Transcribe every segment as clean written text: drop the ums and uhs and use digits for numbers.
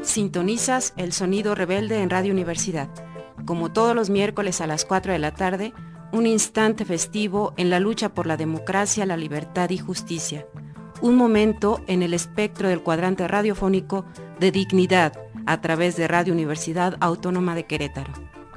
Sintonizas El Sonido Rebelde en Radio Universidad. Como todos los miércoles a las 4 de la tarde, un instante festivo en la lucha por la democracia, la libertad y justicia. Un momento en el espectro del cuadrante radiofónico de dignidad a través de Radio Universidad Autónoma de Querétaro.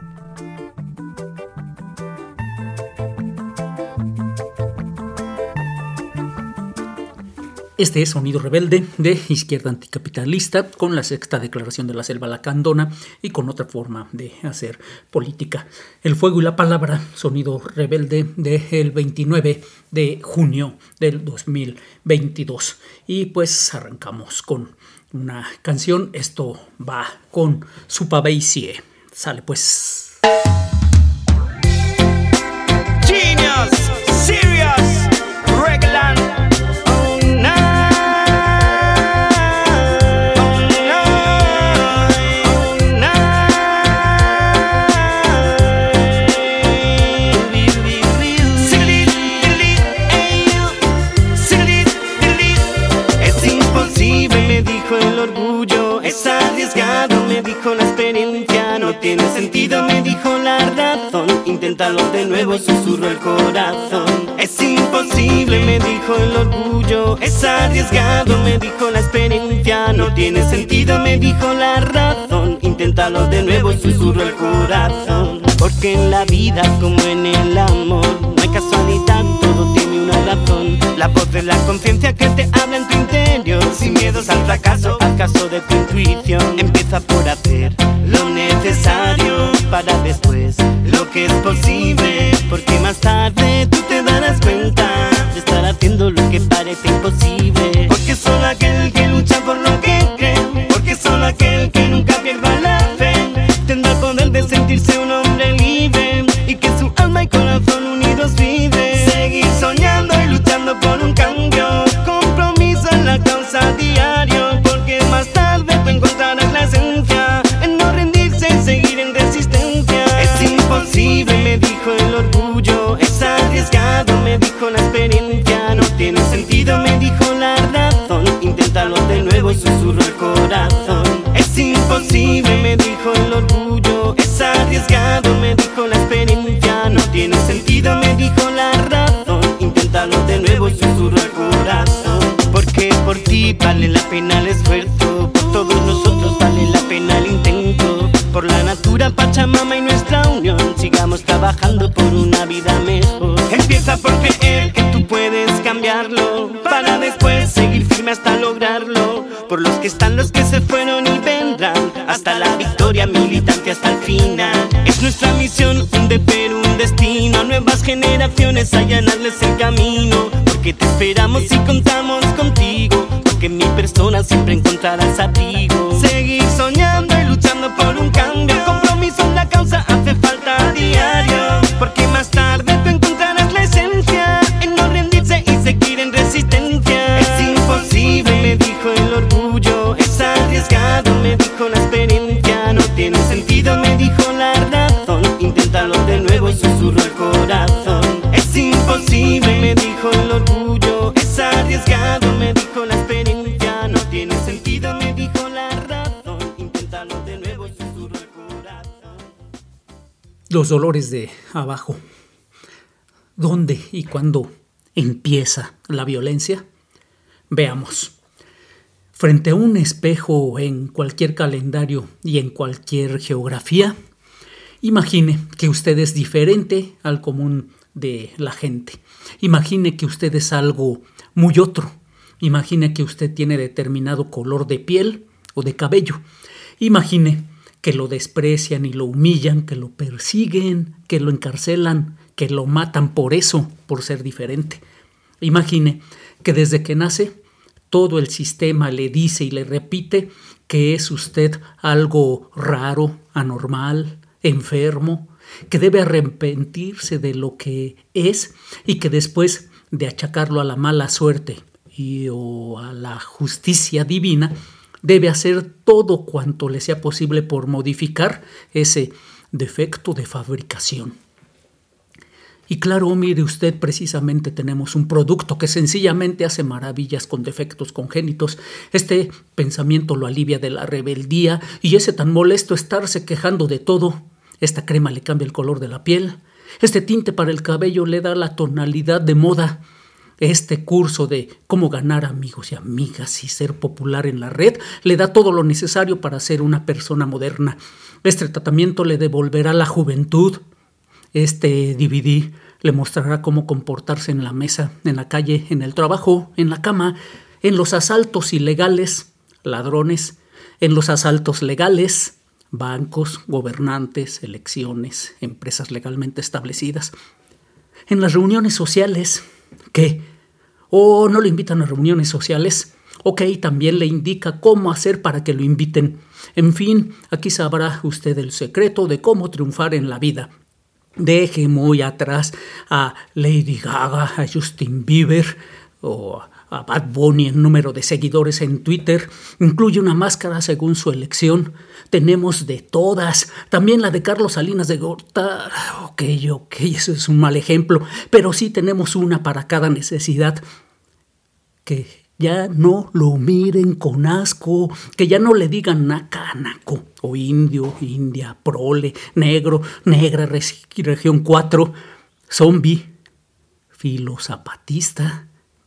Este es Sonido Rebelde de Izquierda Anticapitalista, con la sexta declaración de la Selva Lacandona y con otra forma de hacer política. El fuego y la palabra, Sonido Rebelde del 29 de junio del 2022. Y pues arrancamos con una canción. Esto va con Supaveicie. Sale pues. Genius, serious, regular. Es arriesgado, me dijo la experiencia, no tiene sentido, me dijo la razón. Inténtalo de nuevo, susurró el corazón. Es imposible, me dijo el orgullo. Es arriesgado, me dijo la experiencia, no tiene sentido, me dijo la razón. Inténtalo de nuevo, susurró el corazón. Porque en la vida como en el amor no hay casualidad, todo tiene una razón. La voz de la conciencia que te habla en tu interior, sin miedos al fracaso, haz caso de tu intuición. Empieza por hacer lo necesario para después lo que es posible, porque más tarde tú te darás cuenta de estar haciendo lo que parece imposible. Porque solo aquel que lucha por lo que cree, porque solo aquel que nunca pierda la fe, tendrá el poder de sentirse un hombre libre y que su alma y corazón unidos vive. Seguir soñando y luchando por un cambio, compromiso en la causa diario, porque más tarde tú encontrarás la esencia en no rendirse y seguir en resistencia. Es imposible, me dijo el orgullo. Es arriesgado, me dijo la experiencia, no tiene sentido, me dijo la razón. Inténtalo de nuevo, susurró el corazón. Es imposible, me dijo el orgullo. Es arriesgado, me dijo la experiencia, no tiene sentido, me dijo la razón. Inténtalo de nuevo, susurró el corazón. Porque por ti vale la pena el esfuerzo, por todos nosotros vale la pena el intento. Por la natura, Pachamama y nuestra unión, sigamos trabajando por una vida mejor. Empieza por creer que tú puedes cambiarlo, para después seguir firme hasta lograrlo. Por los que están, los que se fueron y vendrán, hasta la victoria, militancia hasta el final. Es nuestra misión, un deber, un destino, nuevas generaciones, allanarles el camino. Porque te esperamos y contamos contigo, porque en mi persona siempre encontrarás abrigo. Seguir soñando y luchando por un cambio, compromiso en la causa hace falta a diario. Porque más tarde tú encontrarás la esencia en no rendirse y seguir en resistencia. Es imposible, me dijo el orgullo. Es arriesgado, me dijo la experiencia, no tiene sentido, me dijo la razón. Inténtalo de nuevo, susurró el corazón. Es imposible, me dijo el orgullo. Es arriesgado, me dijo la experiencia, no tiene sentido, me dijo la razón. Inténtalo de nuevo, susurró el corazón. Los dolores de abajo. ¿Dónde y cuándo empieza la violencia? Veamos. Frente a un espejo en cualquier calendario y en cualquier geografía, imagine que usted es diferente al común de la gente. Imagine que usted es algo muy otro. Imagine que usted tiene determinado color de piel o de cabello. Imagine que lo desprecian y lo humillan, que lo persiguen, que lo encarcelan, que lo matan por eso, por ser diferente. Imagine que desde que nace todo el sistema le dice y le repite que es usted algo raro, anormal, enfermo, que debe arrepentirse de lo que es y que después de achacarlo a la mala suerte o a la justicia divina, debe hacer todo cuanto le sea posible por modificar ese defecto de fabricación. Y claro, mire usted, precisamente tenemos un producto que sencillamente hace maravillas con defectos congénitos. Este pensamiento lo alivia de la rebeldía y ese tan molesto estarse quejando de todo. Esta crema le cambia el color de la piel. Este tinte para el cabello le da la tonalidad de moda. Este curso de cómo ganar amigos y amigas y ser popular en la red le da todo lo necesario para ser una persona moderna. Este tratamiento le devolverá la juventud. Este DVD le mostrará cómo comportarse en la mesa, en la calle, en el trabajo, en la cama, en los asaltos ilegales, ladrones, en los asaltos legales, bancos, gobernantes, elecciones, empresas legalmente establecidas, en las reuniones sociales. ¿Qué? ¿O no le invitan a reuniones sociales? Ok, también le indica cómo hacer para que lo inviten. En fin, aquí sabrá usted el secreto de cómo triunfar en la vida. Deje muy atrás a Lady Gaga, a Justin Bieber o a Bad Bunny en número de seguidores en Twitter. Incluye una máscara según su elección. Tenemos de todas. También la de Carlos Salinas de Gortari. Ok, eso es un mal ejemplo. Pero sí tenemos una para cada necesidad. Que ya no lo miren con asco, que ya no le digan naca, naco, o indio, india, prole, negro, negra, región 4, zombie, filo zapatista.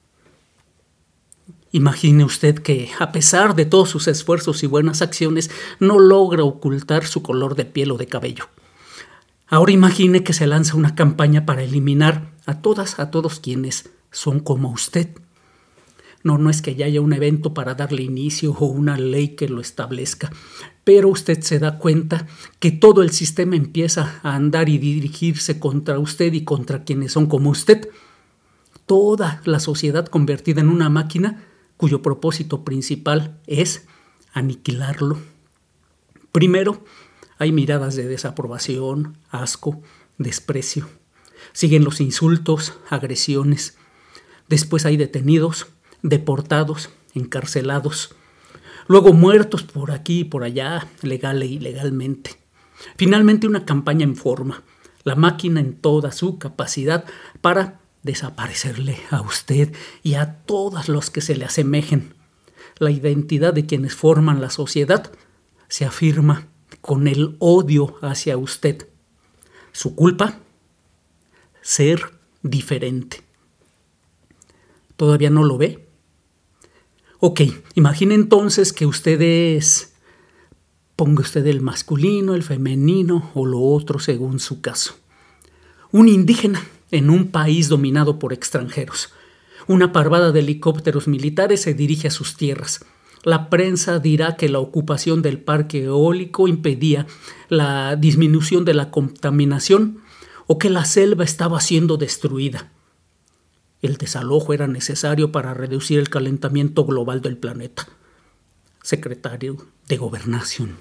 Imagine usted que, a pesar de todos sus esfuerzos y buenas acciones, no logra ocultar su color de piel o de cabello. Ahora imagine que se lanza una campaña para eliminar a todos quienes son como usted. No es que ya haya un evento para darle inicio o una ley que lo establezca, pero usted se da cuenta que todo el sistema empieza a andar y dirigirse contra usted y contra quienes son como usted. Toda la sociedad convertida en una máquina cuyo propósito principal es aniquilarlo. Primero, hay miradas de desaprobación, asco, desprecio. Siguen los insultos, agresiones. Después hay detenidos, deportados, encarcelados, luego muertos por aquí y por allá, legal e ilegalmente. Finalmente una campaña en forma, la máquina en toda su capacidad para desaparecerle a usted y a todos los que se le asemejen. La identidad de quienes forman la sociedad se afirma con el odio hacia usted. Su culpa, ser diferente. ¿Todavía no lo ve? Ok, imagine entonces que ponga usted el masculino, el femenino o lo otro según su caso. Un indígena en un país dominado por extranjeros. Una parvada de helicópteros militares se dirige a sus tierras. La prensa dirá que la ocupación del parque eólico impedía la disminución de la contaminación o que la selva estaba siendo destruida. El desalojo era necesario para reducir el calentamiento global del planeta. Secretario de Gobernación.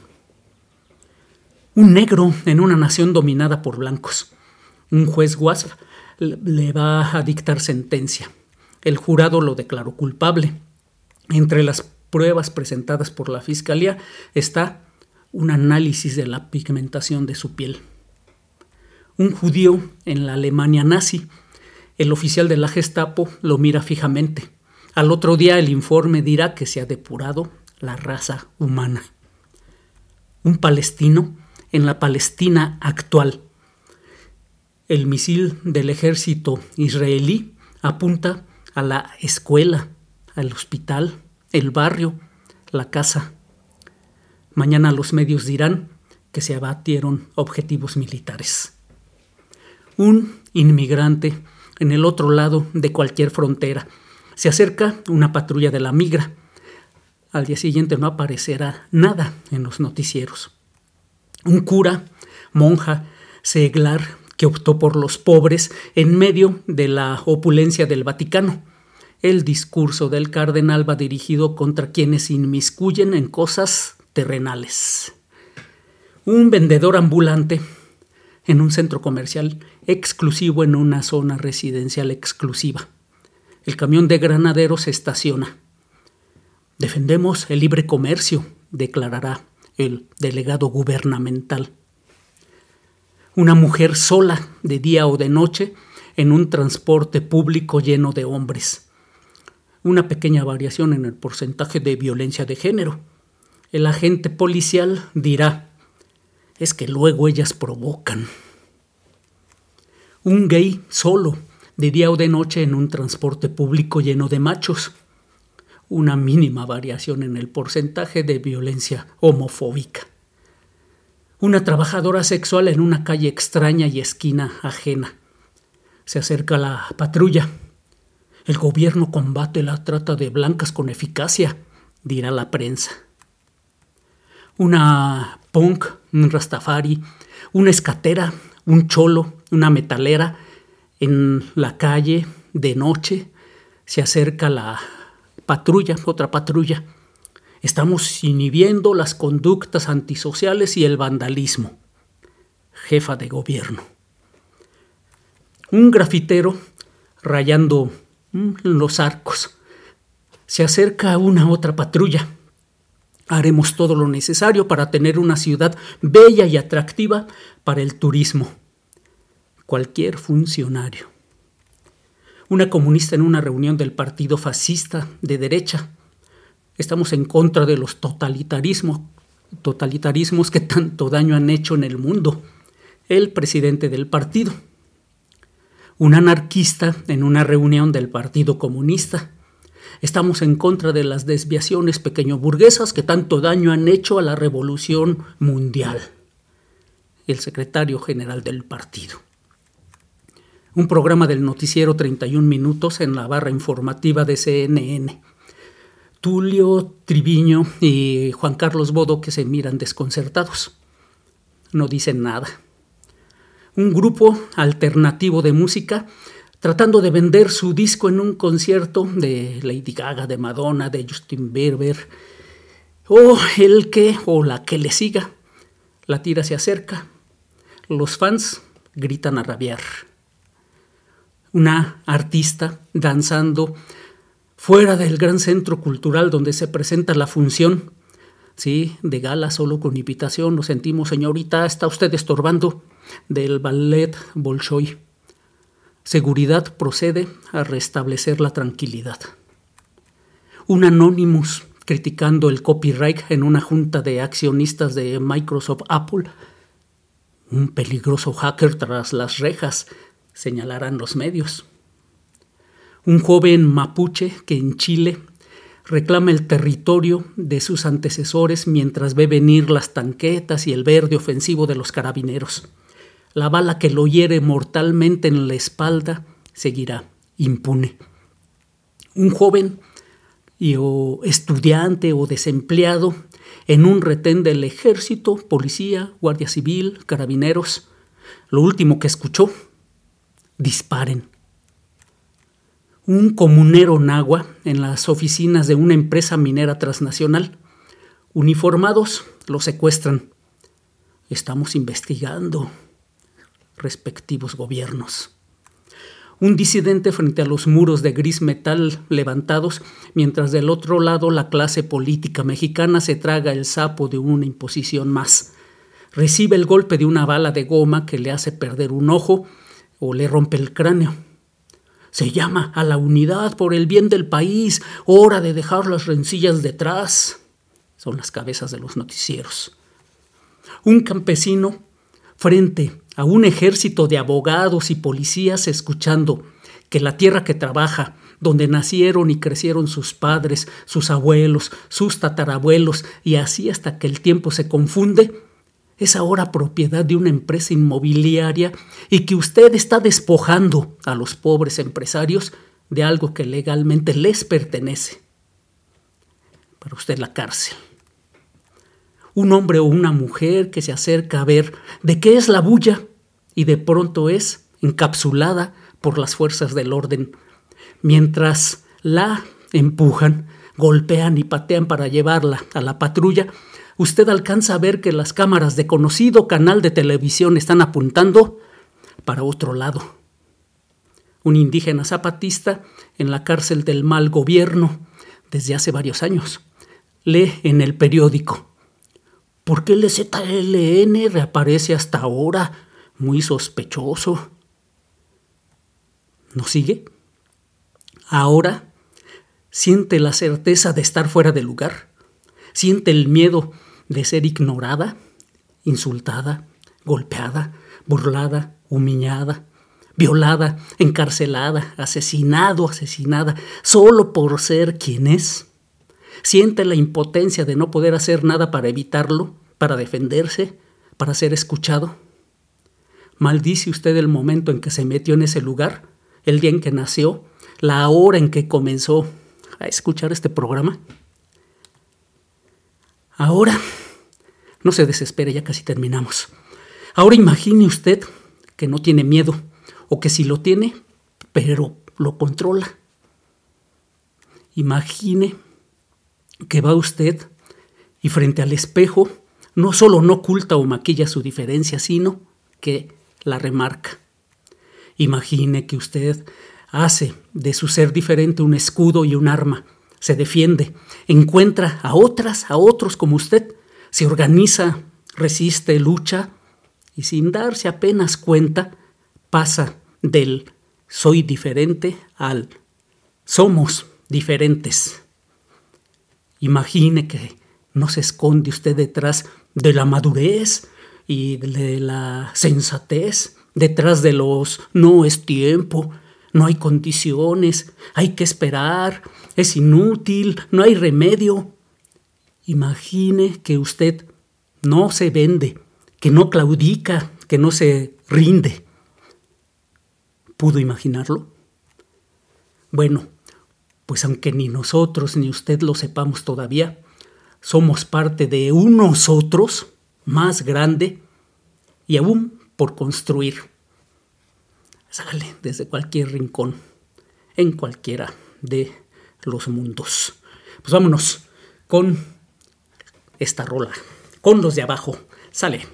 Un negro en una nación dominada por blancos. Un juez WASP le va a dictar sentencia. El jurado lo declaró culpable. Entre las pruebas presentadas por la fiscalía está un análisis de la pigmentación de su piel. Un judío en la Alemania nazi. El oficial de la Gestapo lo mira fijamente. Al otro día el informe dirá que se ha depurado la raza humana. Un palestino en la Palestina actual. El misil del ejército israelí apunta a la escuela, al hospital, el barrio, la casa. Mañana los medios dirán que se abatieron objetivos militares. Un inmigrante en el otro lado de cualquier frontera. Se acerca una patrulla de la migra. Al día siguiente no aparecerá nada en los noticieros. Un cura, monja, seglar, que optó por los pobres en medio de la opulencia del Vaticano. El discurso del cardenal va dirigido contra quienes se inmiscuyen en cosas terrenales. Un vendedor ambulante en un centro comercial exclusivo en una zona residencial exclusiva. El camión de granaderos se estaciona. Defendemos el libre comercio, declarará el delegado gubernamental. Una mujer sola, de día o de noche, en un transporte público lleno de hombres. Una pequeña variación en el porcentaje de violencia de género. El agente policial dirá: es que luego ellas provocan. Un gay solo, de día o de noche, en un transporte público lleno de machos. Una mínima variación en el porcentaje de violencia homofóbica. Una trabajadora sexual en una calle extraña y esquina ajena. Se acerca la patrulla. El gobierno combate la trata de blancas con eficacia, dirá la prensa. Una punk, un rastafari, una escatera, un cholo, una metalera, en la calle de noche se acerca la patrulla, otra patrulla. Estamos inhibiendo las conductas antisociales y el vandalismo. Jefa de gobierno. Un grafitero rayando los arcos. Se acerca una otra patrulla. Haremos todo lo necesario para tener una ciudad bella y atractiva para el turismo. Cualquier funcionario. Una comunista en una reunión del partido fascista de derecha. Estamos en contra de los totalitarismos que tanto daño han hecho en el mundo. El presidente del partido. Un anarquista en una reunión del Partido Comunista. Estamos en contra de las desviaciones pequeñoburguesas que tanto daño han hecho a la revolución mundial. El secretario general del partido. Un programa del noticiero 31 minutos en la barra informativa de CNN. Tulio Triviño y Juan Carlos Bodo, que se miran desconcertados. No dicen nada. Un grupo alternativo de música tratando de vender su disco en un concierto de Lady Gaga, de Madonna, de Justin Bieber, o el que o la que le siga. La tira se acerca. Los fans gritan a rabiar. Una artista danzando fuera del gran centro cultural donde se presenta la función, sí, de gala solo con invitación. Lo sentimos, señorita, está usted estorbando, del ballet Bolshoi. Seguridad procede a restablecer la tranquilidad. Un Anonymous criticando el copyright en una junta de accionistas de Microsoft Apple. Un peligroso hacker tras las rejas, señalarán los medios. Un joven mapuche que en Chile reclama el territorio de sus antecesores mientras ve venir las tanquetas y el verde ofensivo de los carabineros. La bala que lo hiere mortalmente en la espalda seguirá impune. Un joven o estudiante o desempleado en un retén del ejército, policía, guardia civil, carabineros. Lo último que escuchó: disparen. Un comunero nahua en las oficinas de una empresa minera transnacional. Uniformados lo secuestran. Estamos investigando. Respectivos gobiernos. Un disidente frente a los muros de gris metal levantados, mientras del otro lado la clase política mexicana se traga el sapo de una imposición más. Recibe el golpe de una bala de goma que le hace perder un ojo o le rompe el cráneo. Se llama a la unidad por el bien del país, hora de dejar las rencillas detrás. Son las cabezas de los noticieros. Un campesino frente a un ejército de abogados y policías escuchando que la tierra que trabaja, donde nacieron y crecieron sus padres, sus abuelos, sus tatarabuelos, y así hasta que el tiempo se confunde, es ahora propiedad de una empresa inmobiliaria y que usted está despojando a los pobres empresarios de algo que legalmente les pertenece. Para usted la cárcel. Un hombre o una mujer que se acerca a ver de qué es la bulla y de pronto es encapsulada por las fuerzas del orden. Mientras la empujan, golpean y patean para llevarla a la patrulla, usted alcanza a ver que las cámaras de conocido canal de televisión están apuntando para otro lado. Un indígena zapatista en la cárcel del mal gobierno desde hace varios años. Lee en el periódico: ¿por qué el ZLN reaparece hasta ahora? Muy sospechoso. ¿Nos sigue? Ahora siente la certeza de estar fuera de lugar. Siente el miedo de ser ignorada, insultada, golpeada, burlada, humillada, violada, encarcelada, asesinada, solo por ser quien es. Siente la impotencia de no poder hacer nada para evitarlo, para defenderse, para ser escuchado. ¿Maldice usted el momento en que se metió en ese lugar? ¿El día en que nació? ¿La hora en que comenzó a escuchar este programa? Ahora, no se desespere, ya casi terminamos. Ahora imagine usted que no tiene miedo, o que sí lo tiene, pero lo controla. Imagine que va usted y frente al espejo no solo no oculta o maquilla su diferencia, sino que la remarca. Imagine que usted hace de su ser diferente un escudo y un arma, se defiende, encuentra a otros como usted, se organiza, resiste, lucha y sin darse apenas cuenta pasa del soy diferente al somos diferentes. Imagine que no se esconde usted detrás de la madurez y de la sensatez, detrás de los no es tiempo, no hay condiciones, hay que esperar, es inútil, no hay remedio. Imagine que usted no se vende, que no claudica, que no se rinde. ¿Pudo imaginarlo? Bueno, pues aunque ni nosotros ni usted lo sepamos todavía, somos parte de un nosotros más grande y aún por construir. Sale desde cualquier rincón, en cualquiera de los mundos. Pues vámonos con esta rola, con los de abajo. Sale.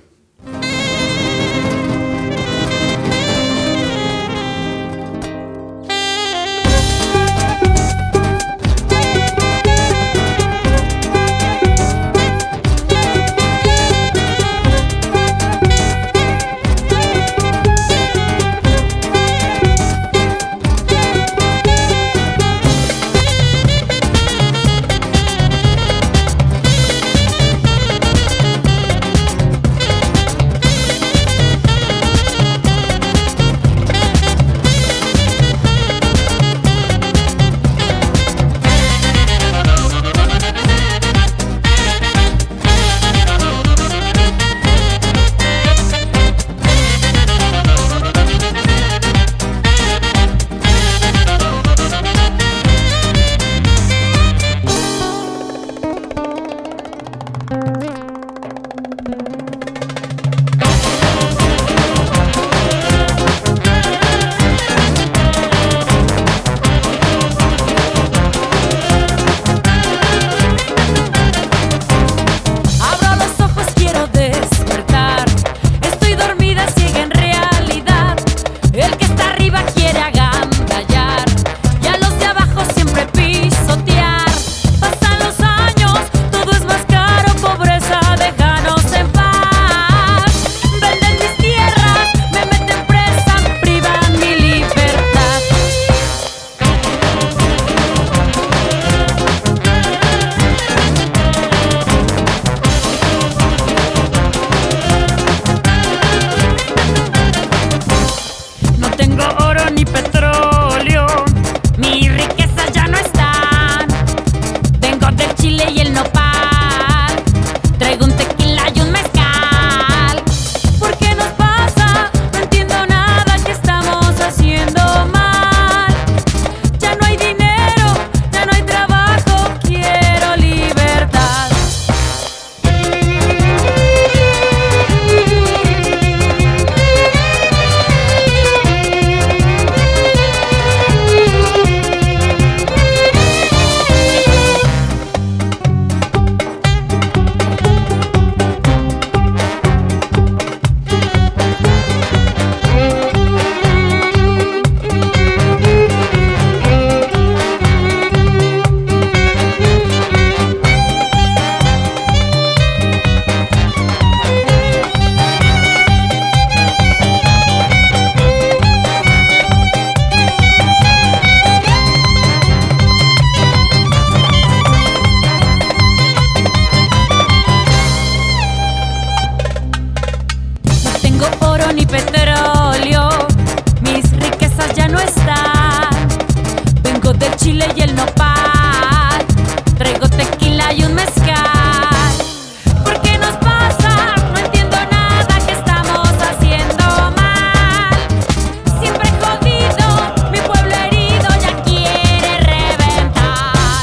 y el nopal. Traigo tequila y un mezcal. ¿Por qué nos pasa? No entiendo nada que estamos haciendo mal. Siempre jodido, mi pueblo herido ya quiere reventar.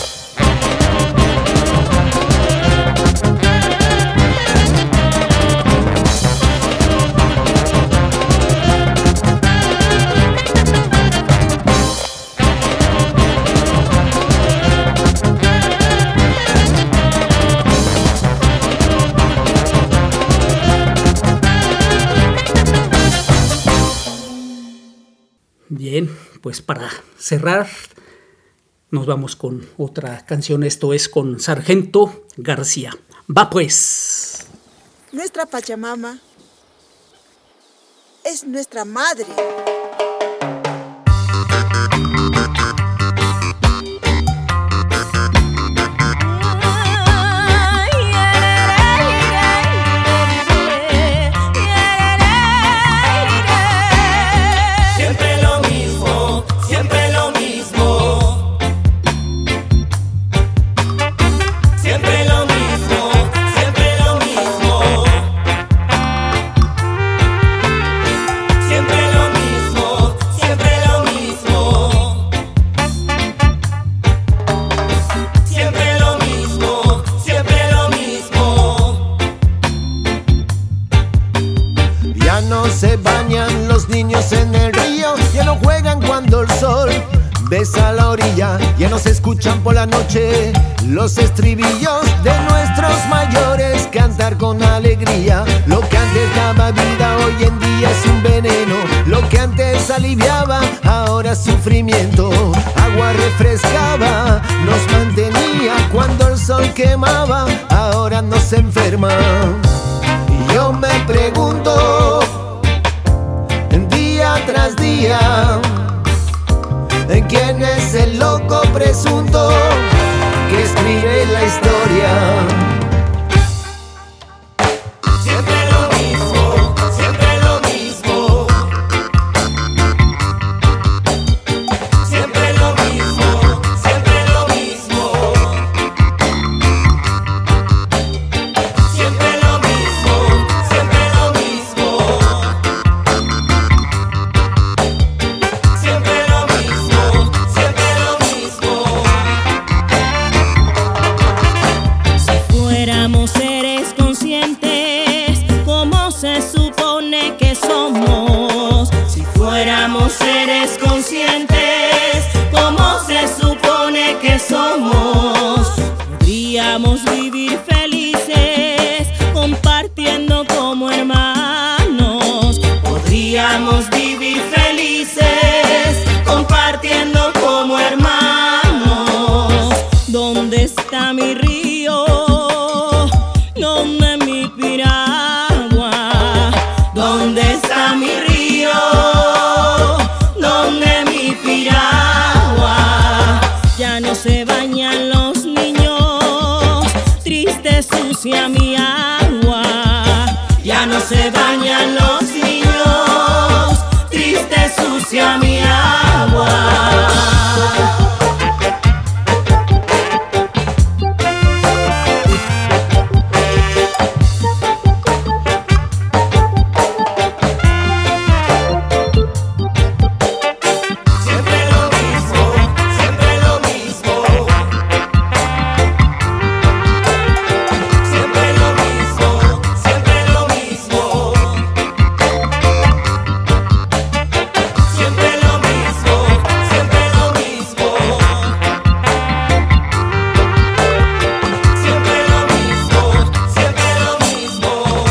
Bien, pues para cerrar nos vamos con otra canción. Esto es con Sargento García. Va pues. Nuestra Pachamama es nuestra madre. Siempre lo mismo, siempre lo mismo. Siempre lo mismo, siempre lo mismo. Siempre lo mismo, siempre lo mismo. Siempre lo mismo, siempre lo mismo. Ya no se bañan los niños en el río, ya no juegan cuando el sol besa la orilla, ya no se escuchan por la noche los estribillos de nuestros mayores cantar con alegría. Lo que antes daba vida hoy en día es un veneno, lo que antes aliviaba ahora es sufrimiento. Agua refrescaba, nos mantenía cuando el sol quemaba, ahora nos enferma. Y yo me pregunto día tras día, ¿quién es el loco presunto que escribe la historia? Siempre lo mismo, siempre lo mismo. Siempre lo mismo, siempre lo mismo. Siempre lo mismo, siempre lo mismo. Siempre lo mismo, siempre lo mismo. Si fuéramos seres conscientes, ¿cómo se supone que somos? Si fuéramos seres conscientes, ¿cómo se supone que somos? Podríamos vivir felices, compartiendo como hermanos. Podríamos vivir felices, compartiendo como hermanos. ¿Dónde está mi río? ¿Dónde mi piragua? ¿Dónde está mi río? ¿Dónde mi piragua? Ya no se bañan los niños, triste sucia mi agua. Ya no se bañan los niños, triste sucia mi agua. Siempre lo mismo, siempre lo mismo. Siempre lo mismo, siempre lo mismo. Siempre lo mismo, siempre lo mismo. Siempre lo mismo, siempre lo mismo.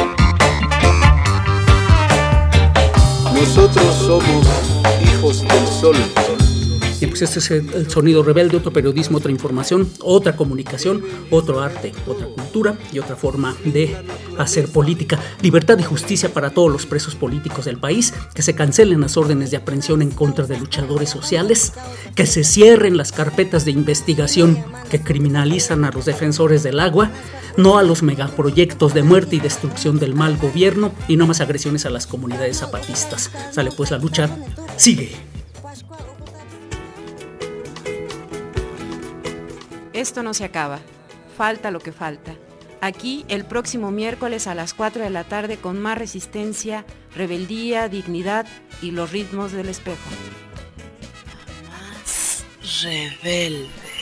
Nosotros somos hijos del sol. Y pues este es el Sonido Rebelde, otro periodismo, otra información, otra comunicación, otro arte, otra cultura y otra forma de hacer política. Libertad y justicia para todos los presos políticos del país, que se cancelen las órdenes de aprehensión en contra de luchadores sociales, que se cierren las carpetas de investigación que criminalizan a los defensores del agua, no a los megaproyectos de muerte y destrucción del mal gobierno y no más agresiones a las comunidades zapatistas. Sale pues, la lucha sigue. Esto no se acaba. Falta lo que falta. Aquí el próximo miércoles a las 4 de la tarde con más resistencia, rebeldía, dignidad y los ritmos del espejo. Más rebelde.